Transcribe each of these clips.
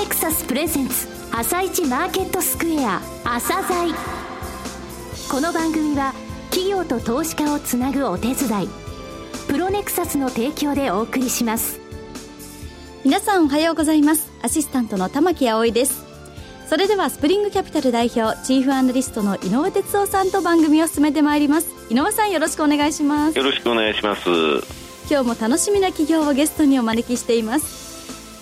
ネクサスプレゼンツ朝市マーケットスクエア朝鮮。この番組は企業と投資家をつなぐお手伝い、プロネクサスの提供でお送りします。 皆さんおはようございます。アシスタントの玉木葵です。それではスプリングキャピタル代表チーフアナリストの井上哲夫さんと番組を進めてまいります。井上さん、よろしくお願いします。 よろしくお願いします。 今日も楽しみな企業をゲストにお招きしています。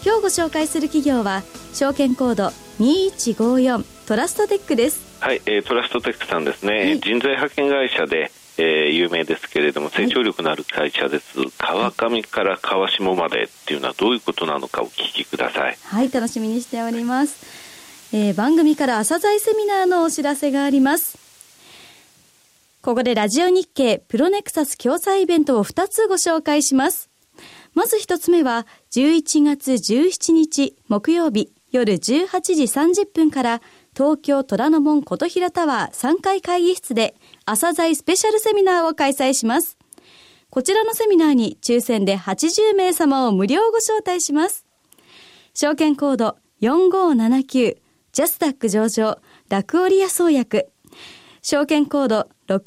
今日ご紹介する企業は証券コード2154トラストテックです。 はい、トラストテックさんですね、はい、人材派遣会社で、有名ですけれども成長力のある会社です、はい、川上から川下までっていうのはどういうことなのかお聞きください。 はい、楽しみにしております。番組から朝鮮セミナーのお知らせがあります。ここでラジオ日経プロネクサス共催イベントを2つご紹介します。まず1つ目は11月17日木曜日夜18時30分から東京虎ノ門琴平タワー3階会議室で朝鮮スペシャルセミナーを開催します。こちらのセミナーに抽選で80名様を無料ご招待します。証券コード4579ジャスダック上場ラクオリア創薬、証券コード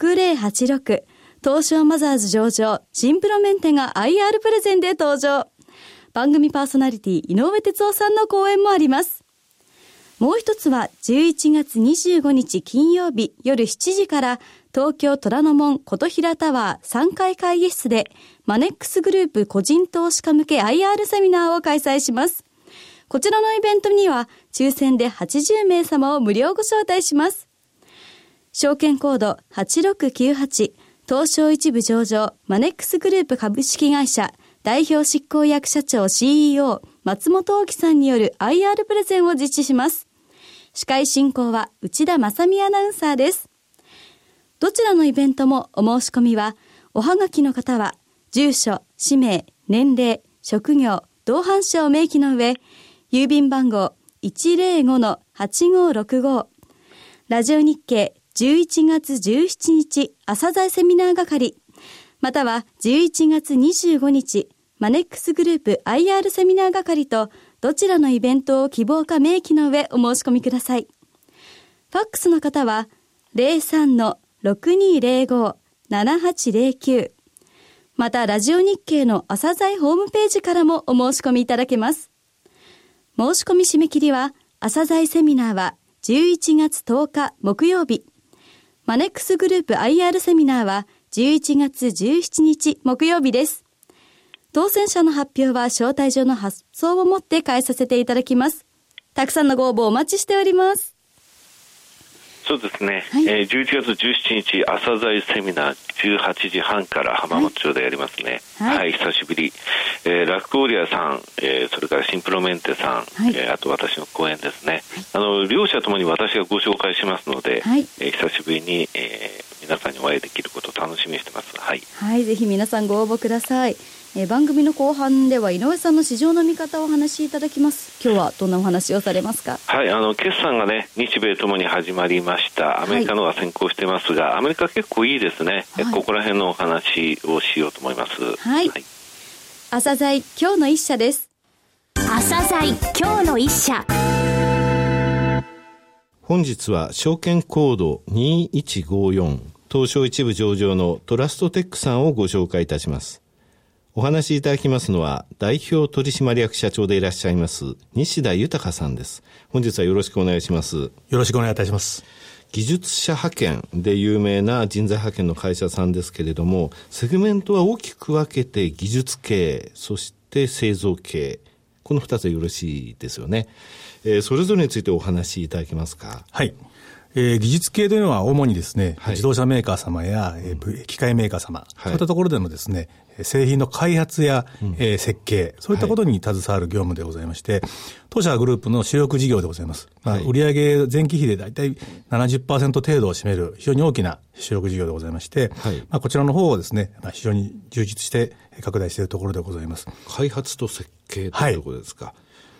6086東証マザーズ上場シンプロメンテが IR プレゼンで登場。番組パーソナリティ井上哲夫さんの講演もあります。もう一つは11月25日金曜日夜7時から東京虎ノ門琴平タワー3階会議室でマネックスグループ個人投資家向け IR セミナーを開催します。こちらのイベントには抽選で80名様を無料ご招待します。証券コード8698東証一部上場マネックスグループ株式会社代表執行役社長 CEO 松本大樹さんによる IR プレゼンを実施します。司会進行は内田正美アナウンサーです。どちらのイベントもお申し込みはおはがきの方は住所、氏名、年齢、職業、同伴者を明記の上、郵便番号 105-8565 ラジオ日経11月17日朝鮮セミナー係、または11月25日マネックスグループ IR セミナー係とどちらのイベントを希望か明記の上お申し込みください。ファックスの方は 03-6205-7809、 またラジオ日経の朝鮮ホームページからもお申し込みいただけます。申し込み締め切りは朝鮮セミナーは11月10日木曜日、マネックスグループ IR セミナーは11月17日木曜日です。当選者の発表は招待状の発送をもって返させていただきます。たくさんのご応募お待ちしております。 そうですね、 はい、 11月17日朝鮮セミナー18時半から浜松町でやりますね。はい、はい、久しぶり。ラクオリアさん、それからシンプロメンテさん、はい、あと私の講演ですね、はい、両者ともに私がご紹介しますので、はい、久しぶりに、皆さんにお会いできることを楽しみにしてます。はい、 はい、ぜひ皆さんご応募ください。番組の後半では井上さんの市場の見方をお話しいただきます。今日はどんなお話をされますか？ はい、決算がね日米ともに始まりました。アメリカのが先行してますが、はい、アメリカ結構いいですね、はい、ここら辺のお話をしようと思います。 はい、はい、朝鮮今日の一社です。 朝鮮今日の一社。 本日は証券コード2154東証一部上場のトラストテックさんをご紹介いたします。お話しいただきますのは代表取締役社長でいらっしゃいます西田豊さんです。本日はよろしくお願いします。 よろしくお願いいたします。 技術者派遣で有名な人材派遣の会社さんですけれども、セグメントは大きく分けて技術系、そして製造系、この2つでよろしいですよね。それぞれについてお話しいただけますか？ はい。技術系というのは主にですね、はい、自動車メーカー様や、機械メーカー様、はい、そういったところでのですね、製品の開発や、設計、そういったことに携わる業務でございまして、当社グループの主力事業でございます。売上前期比でだいたい 70% 程度を占める非常に大きな主力事業でございまして、はい、こちらの方をですね、非常に充実して拡大しているところでございます。 開発と設計というところですか？はい。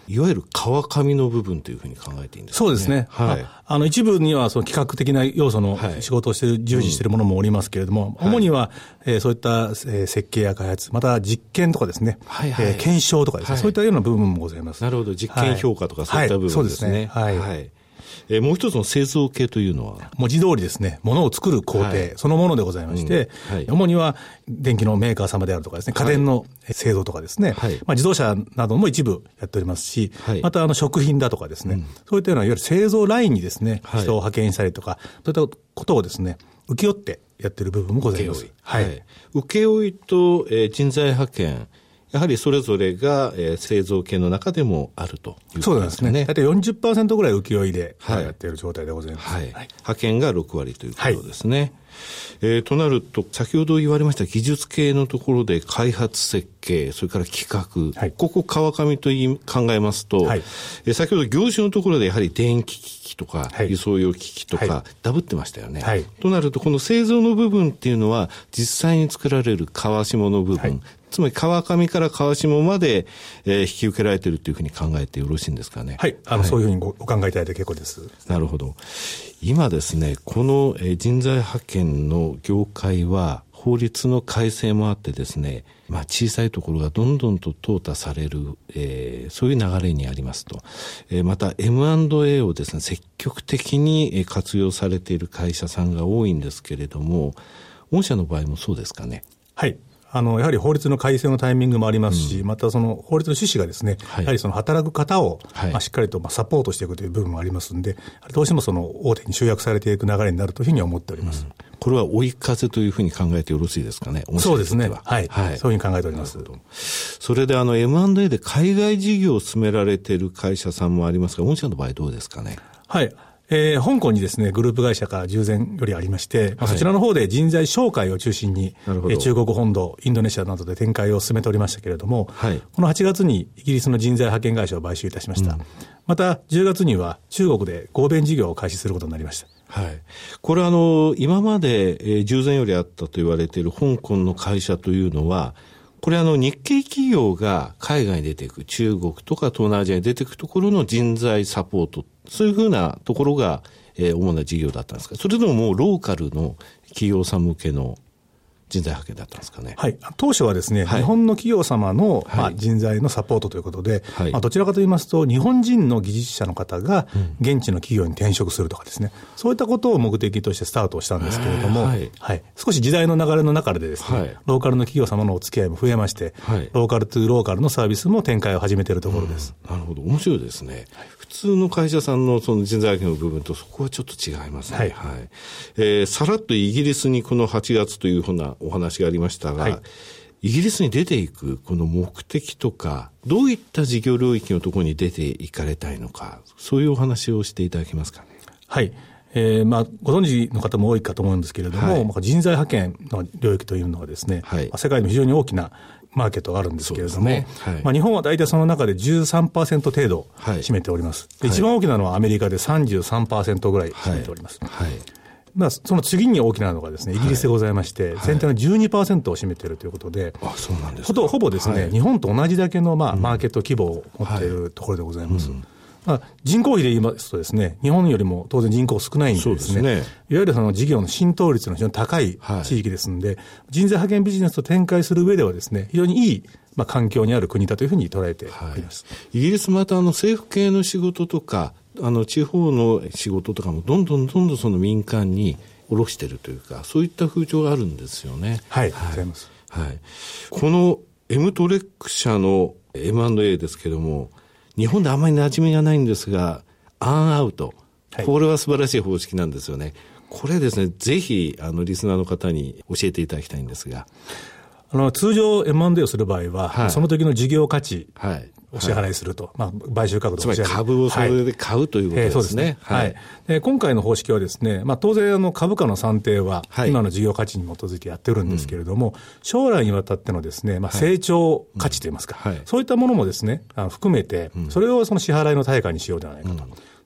いわゆる川上の部分というふうに考えていいんですかね。 そうですね。はい。一部にはその企画的な要素の仕事をしている、従事しているものもおりますけれども、主には、そういった設計や開発、また実験とかですね、検証とかですね、そういったような部分もございます。 なるほど。実験評価とかそういった部分ですね。 はい。はい。 もう一つの製造系というのは文字通りですね、物を作る工程、そのものでございまして、主には電機のメーカー様であるとかですね、家電の製造とかですね、自動車なども一部やっておりますし、また食品だとかですね、そういったようないわゆる製造ラインにですね、人を派遣したりとか、そういったことをですね、請け負ってやっている部分もございます。 請負と、人材派遣、やはりそれぞれが、製造系の中でもあるということですね。そうですね。 大体 40% ぐらい請負でやっている状態でございます。 派遣が6割ということですね。となると、先ほど言われました技術系のところで開発設計、それから企画、ここ川上と考えますと、先ほど業種のところでやはり電気機器とか、輸送用機器とか、ダブってましたよね。となると、この製造の部分っていうのは、実際に作られる川下の部分、つまり川上から川下まで、引き受けられているというふうに考えてよろしいんですかね。 そういうふうにお考えいただいて結構です。 なるほど。今ですね、この人材派遣の業界は法律の改正もあってですね、小さいところがどんどんと淘汰される、そういう流れにありますと。また M&A をですね、積極的に活用されている会社さんが多いんですけれども、御社の場合もそうですかね。 はい。やはり法律の改正のタイミングもありますし、またその法律の趣旨がですね、やはりその働く方を、しっかりとサポートしていくという部分もありますんで、どうしてもその大手に集約されていく流れになるというふうに思っております。 これは追い風というふうに考えてよろしいですかね。 そうですね。はい。そういうふうに考えております。 それでM&A で海外事業を進められている会社さんもありますが、御社の場合どうですかね。 はい。香港にですね、グループ会社が従前よりありまして、そちらの方で人材紹介を中心に、中国本土、インドネシアなどで展開を進めておりましたけれども、この8月にイギリスの人材派遣会社を買収いたしました。また、10月には中国で合弁事業を開始することになりました。 これ今まで、従前よりあったと言われている香港の会社というのは、これ日系企業が海外に出ていく、中国とか東南アジアに出ていくところの人材サポート、そういうふうなところが、主な事業だったんですか。それとももうローカルの企業さん向けの人材派遣だったんですかね。 当初はですね、日本の企業様の、人材のサポートということで、どちらかと言いますと、日本人の技術者の方が現地の企業に転職するとかですね、そういったことを目的としてスタートをしたんですけれども、少し時代の流れの中でですね、ローカルの企業様のお付き合いも増えまして、ローカルトゥーローカルのサービスも展開を始めているところです。 なるほど、面白いですね。普通の会社さんのその人材派遣の部分とそこはちょっと違いますね。さらっとイギリスにこの8月というふうなお話がありましたが、イギリスに出ていくこの目的とか、どういった事業領域のところに出ていかれたいのか、そういうお話をしていただけますかね。 ご存知の方も多いかと思うんですけれども、人材派遣の領域というのはですね、世界でも非常に大きなマーケットがあるんですけれども、日本は大体その中で 13% 程度占めております。一番大きなのはアメリカで 33% ぐらい占めております。その次に大きなのがですね、イギリスでございまして、全体の 12% を占めているということで、ほぼですね、日本と同じだけのマーケット規模を持っているところでございます。人口比で言いますとですね、日本よりも当然人口少ないんでですね、いわゆるその事業の浸透率の非常に高い地域ですので、人材派遣ビジネスを展開する上ではですね、非常にいい環境にある国だというふうに捉えております。 イギリスまた政府系の仕事とか、地方の仕事とかもどんどんその民間に下ろしているというか、そういった風潮があるんですよね。 ございます。 この M トレック社の M&A ですけども、日本であまり馴染みがないんですが、アンアウト、これは素晴らしい方式なんですよね。これですね、ぜひリスナーの方に教えていただきたいんですが、 通常 M&A をする場合は、その時の事業価値、お支払いすると、買収価格つまり株をそれで買うということですね。 今回の方式はですね、当然株価の算定は今の事業価値に基づいてやってるんですけれども、将来にわたってのですね、成長価値といいますか、そういったものもですね、含めて、それをその支払いの対価にしようではないかと。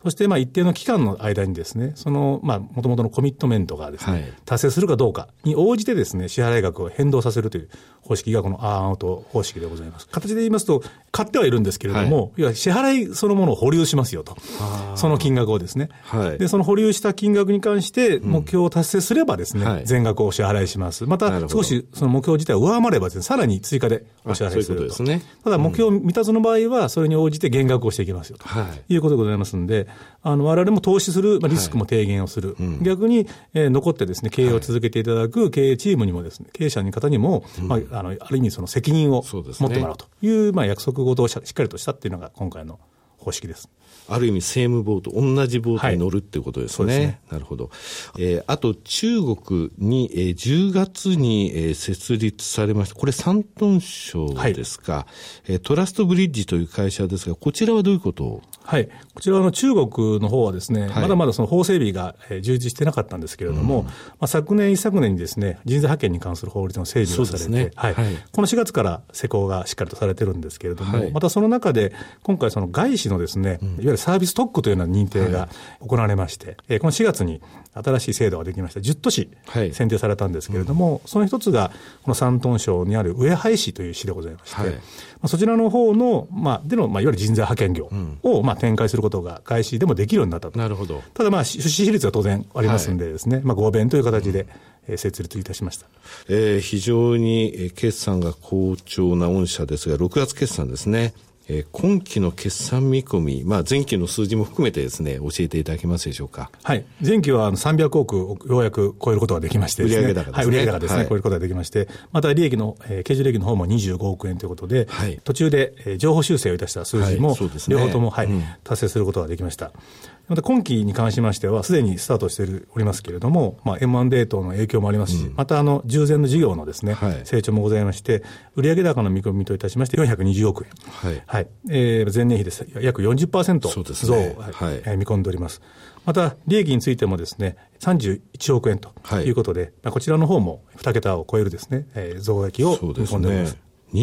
そして一定の期間の間にですね、その元々のコミットメントがですね、達成するかどうかに応じてですね、支払い額を変動させるという方式がこのアーンアウト方式でございます。形で言いますと、買ってはいるんですけれども、いわゆる支払いそのものを保留しますよと。その金額をですね。で、その保留した金額に関して目標を達成すればですね、全額をお支払いします。また少しその目標自体を上回ればですね、さらに追加でお支払いすると。 そういうことですね。 ただ目標未達の場合は、それに応じて減額をしていきますよということでございますので、我々も投資する、リスクも低減をする。逆に、残ってですね、経営を続けていただく経営チームにもですね、経営者の方にも、ある意味その責任を持ってもらうという、約束事をしっかりとしたっていうのが今回の方式です。 ある意味セームボート、同じボートに乗るっていうことですね。そうですね。なるほど。あと中国に、10月に、設立されました。これ山東省ですか、トラストブリッジという会社ですが、こちらはどういうことを？ はい。こちらの中国の方はですね、まだまだその法整備が充実してなかったんですけれども、昨年一昨年にですね、人材派遣に関する法律の整備がされて、この4月から施行がしっかりとされてるんですけれども、またその中で今回その外資のですね、いわゆるサービス特区というような認定が行われまして、この4月に新しい制度ができました10都市選定されたんですけれども、その一つがこの山東省にある上海市という市でございまして、そちらの方の、での、いわゆる人材派遣業を、展開することが外資でもできるようになったと。 なるほど。 ただ、出資比率が当然ありますんでですね、合弁という形で設立いたしました。 非常に決算が好調な御社ですが、6月決算ですね。今期の決算見込み、前期の数字も含めてですね、教えていただけますでしょうか。 はい。前期は300億をようやく超えることができましてですね。 売上高ですね。 売上高ですね。超えることができまして、また利益の、経常利益の方も25億円ということで、途中で、情報修正をいたした数字も、両方とも、達成することができました。また今期に関しましては、すでにスタートしておりますけれども、M&A 等の影響もありますし、また従前の事業のですね、成長もございまして、売上高の見込みといたしまして、420億円。前年比です。約 40% 増を、見込んでおります。また、利益についてもですね、31億円ということで、こちらの方も2桁を超えるですね、増益を見込んでおります。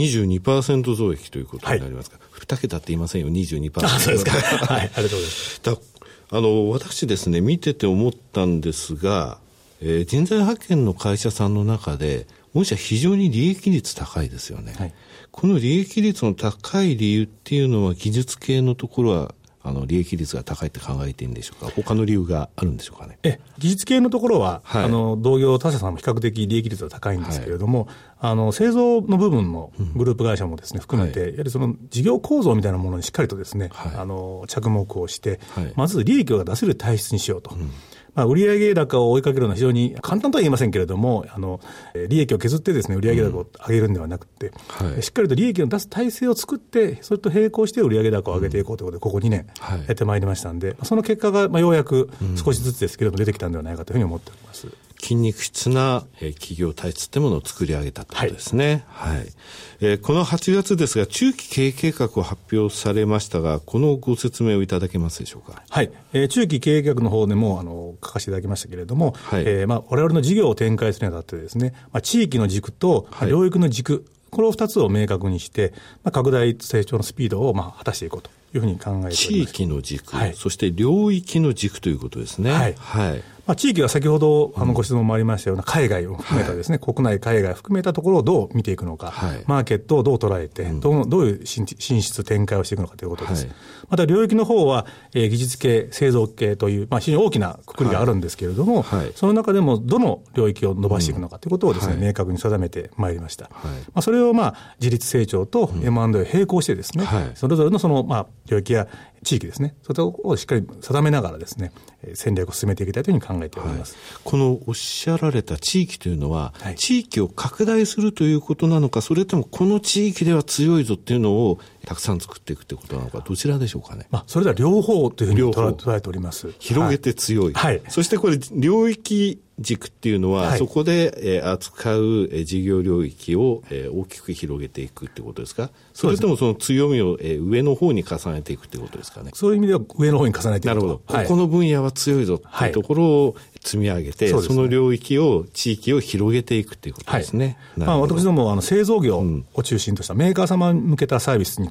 22% 増益ということになりますか。2桁って言いませんよ、22%。 そうですか。はい、ありがとうございます。 私ですね、見てて思ったんですが、人材派遣の会社さんの中で、御社非常に利益率高いですよね。この利益率の高い理由っていうのは、技術系のところは、利益率が高いって考えていいんでしょうか。他の理由があるんでしょうかね。 技術系のところは、同業他社さんも比較的利益率が高いんですけれども、製造の部分のグループ会社もですね、含めて、やはりその事業構造みたいなものにしっかりとですね、着目をして、まず利益を出せる体質にしようと。売上高を追いかけるのは非常に簡単とは言いませんけれども、利益を削ってですね、売上高を上げるんではなくて、しっかりと利益を出す体制を作って、それと並行して売上高を上げていこうということで、ここ2年やってまいりましたんで、その結果がようやく少しずつですけれども出てきたんではないかというふうに思っております。 筋肉質な企業体質というものを作り上げたということですね。この8月ですが、中期経営計画を発表されましたが、このご説明をいただけますでしょうか。 中期経営計画の方でも書かせていただきましたけれども、我々の事業を展開するにあたってですね、地域の軸と領域の軸、この2つを明確にして、拡大成長のスピードを果たしていこうというふうに考えております。 地域の軸、そして領域の軸ということですね。 地域は先ほどご質問もありましたような海外を含めたですね、国内海外を含めたところをどう見ていくのか、マーケットをどう捉えて、どういう進出展開をしていくのかということです。また領域の方は、技術系、製造系という、非常に大きな括りがあるんですけれども、その中でもどの領域を伸ばしていくのかということをですね、明確に定めてまいりました。それを自立成長と M&A を並行してですね、それぞれのその領域や地域ですね、それをしっかり定めながらですね、戦略を進めていきたいというふうに考えております。 このおっしゃられた地域というのは、地域を拡大するということなのか、それともこの地域では強いぞっていうのをたくさん作っていくということなのか、どちらでしょうかね。 それでは両方というふうに捉えております。 広げて強い。そしてこれ領域軸っていうのは、そこで扱う事業領域を大きく広げていくってことですか。それともその強みを上の方に重ねていくってことですかね。 そういう意味では上の方に重ねていくと。 なるほど。ここの分野は強いぞっていうところを積み上げて、その領域を、地域を広げていくっていうことですね。 私ども製造業を中心としたメーカー様に向けたサービスに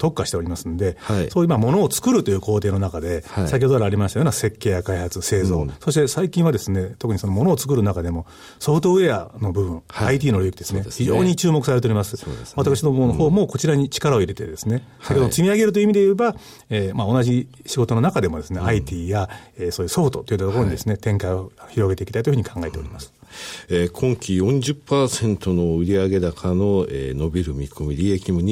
特化しておりますので、そういうものを作るという工程の中で、先ほどありましたような設計や開発、製造、そして最近はですね、特にそのものを作る中でもソフトウェアの部分、IT の領域ですね、非常に注目されております。私どもの方もこちらに力を入れてですね、先ほど積み上げるという意味で言えば、同じ仕事の中でもですね、IT や、そういうソフトというところにですね、展開を広げていきたいというふうに考えております。 今期 40% の売上高の、伸びる見込み、利益も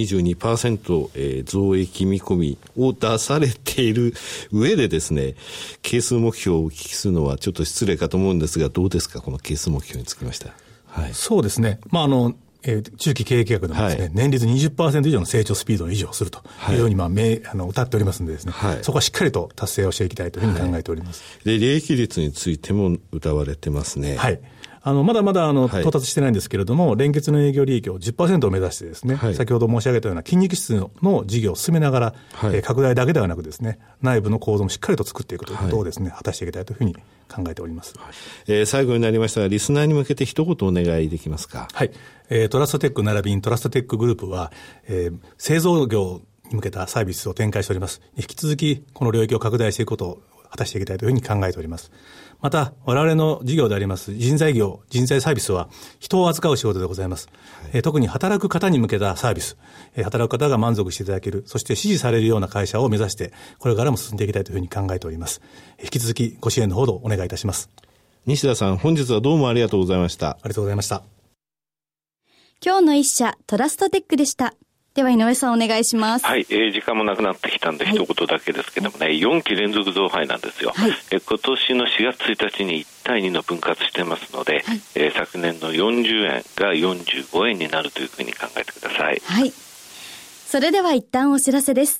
22%、増益見込みを出されている上でですね、係数目標をお聞きするのはちょっと失礼かと思うんですが、どうですか、この係数目標につきました。 そうですね。中期経営計画でもですね、年率 20% 以上の成長スピードを維持をするというように謳っておりますのでですね、そこはしっかりと達成をしていきたいというふうに考えております。 で、利益率についても謳われてますね。 まだまだ到達してないんですけれども、連結の営業利益を 10% を目指してですね、先ほど申し上げたような筋肉質の事業を進めながら、拡大だけではなくですね、内部の構造もしっかりと作っていくということをですね、果たしていきたいというふうに考えております。 最後になりましたが、リスナーに向けて一言お願いできますか。 トラストテック並びにトラストテックグループは、製造業に向けたサービスを展開しております。引き続きこの領域を拡大していくことを果たしていきたいというふうに考えております。また我々の事業であります人材業、人材サービスは人を扱う仕事でございます。特に働く方に向けたサービス、働く方が満足していただける、そして支持されるような会社を目指してこれからも進んでいきたいというふうに考えております。引き続きご支援のほどお願いいたします。 西田さん、本日はどうもありがとうございました。 ありがとうございました。 今日の一社トラストテックでした。では井上さんお願いします。 時間もなくなってきたんで一言だけですけどもね、4期連続増配なんですよ。今年の4月1日に1対2の分割してますので、昨年の40円が45円になるというふうに考えてください。 それでは一旦お知らせです。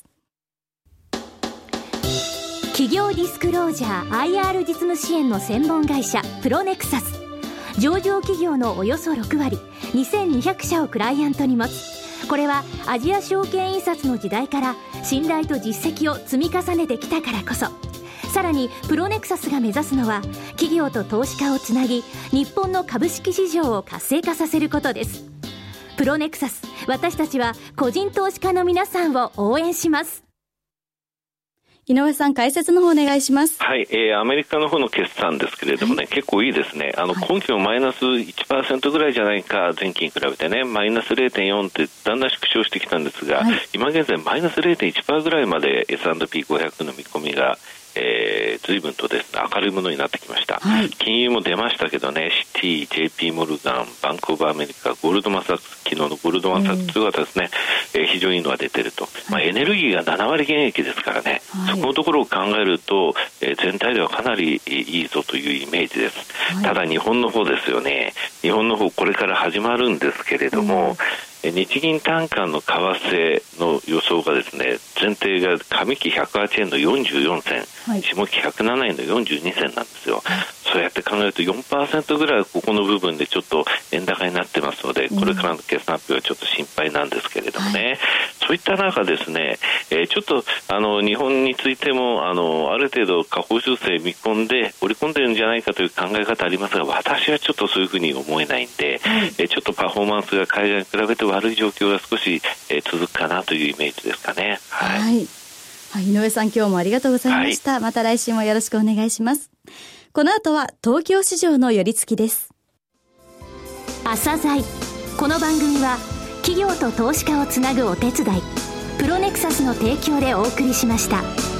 企業ディスクロージャー IR 実務支援の専門会社プロネクサス、上場企業のおよそ6割2200社をクライアントに持つ。これはアジア証券印刷の時代から信頼と実績を積み重ねてきたからこそ、さらにプロネクサスが目指すのは企業と投資家をつなぎ、日本の株式市場を活性化させることです。プロネクサス、私たちは個人投資家の皆さんを応援します。 井上さん、解説の方お願いします。 アメリカの方の決算ですけれどもね、結構いいですね。今期もマイナス 1% ぐらいじゃないか、前期に比べてね、マイナス 0.4 ってだんだん縮小してきたんですが、今現在マイナス 0.1% ぐらいまで S&P500 の見込みが随分とですね、明るいものになってきました。金融も出ましたけどね、シティ、JP モルガン、バンクオブアメリカ、ゴールドマンサックス、昨日のゴールドマンサックスがですね、非常にいいのが出てると。エネルギーが7割減益ですからね、そこのところを考えると、全体ではかなりいいぞというイメージです。ただ日本の方ですよね。日本の方これから始まるんですけれども、日銀短観の為替の予想がですね、前提が上期108円の44銭、下期107円の42銭なんですよ。そうやって考えると 4% ぐらいはここの部分でちょっと円高になってますので、これからの決算発表はちょっと心配なんですけれどもね、そういった中ですね、ちょっと日本についてもある程度下方修正見込んで織り込んでるんじゃないかという考え方ありますが、私はちょっとそういうふうに思えないんで、ちょっとパフォーマンスが海外に比べて悪い状況が少し、続くかなというイメージですかね。 井上さん、今日もありがとうございました。また来週もよろしくお願いします。この後は東京市場の寄り付きです。 朝鮮、この番組は企業と投資家をつなぐお手伝い、プロネクサスの提供でお送りしました。